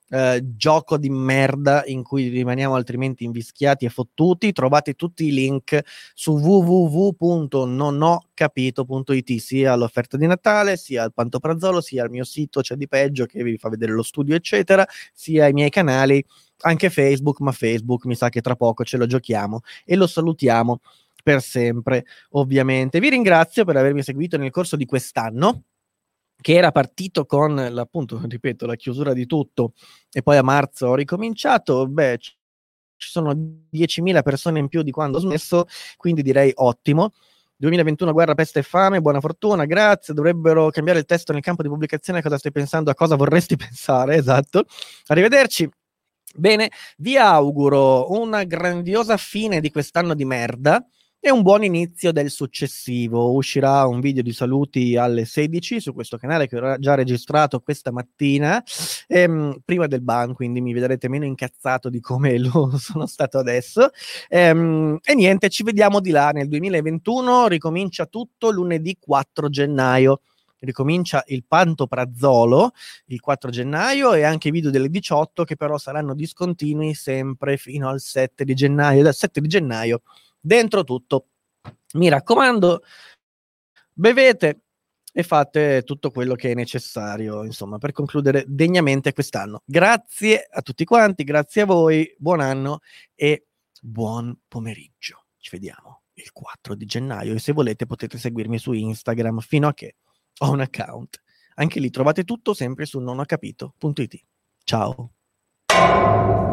gioco di merda in cui rimaniamo altrimenti invischiati e fottuti. Trovate tutti i link su www.nonhocapito.it, sia all'offerta di Natale, sia al Pantoprazolo, sia al mio sito C'è di peggio che vi fa vedere lo studio eccetera, sia ai miei canali, anche Facebook, ma Facebook mi sa che tra poco ce lo giochiamo e lo salutiamo per sempre, ovviamente. Vi ringrazio per avermi seguito nel corso di quest'anno, che era partito con, appunto, ripeto, la chiusura di tutto, e poi a marzo ho ricominciato. Beh, ci sono 10.000 persone in più di quando ho smesso, quindi direi ottimo. 2021 guerra, peste e fame, buona fortuna, grazie. Dovrebbero cambiare il testo nel campo di pubblicazione. Cosa stai pensando? A cosa vorresti pensare? Esatto. Arrivederci. Bene, vi auguro una grandiosa fine di quest'anno di merda e un buon inizio del successivo. Uscirà un video di saluti alle 16 su questo canale che ho già registrato questa mattina, prima del ban, quindi mi vedrete meno incazzato di come lo sono stato adesso. E niente, ci vediamo di là nel 2021. Ricomincia tutto lunedì 4 gennaio. Ricomincia il Pantoprazolo il 4 gennaio e anche i video delle 18 che però saranno discontinui sempre fino al 7 di gennaio. Dal 7 di gennaio dentro tutto. Mi raccomando, bevete e fate tutto quello che è necessario, insomma, per concludere degnamente quest'anno. Grazie a tutti quanti, grazie a voi, buon anno e buon pomeriggio. Ci vediamo il 4 di gennaio e se volete potete seguirmi su Instagram fino a che ho un account. Anche lì trovate tutto sempre su nonhocapito.it. Ciao.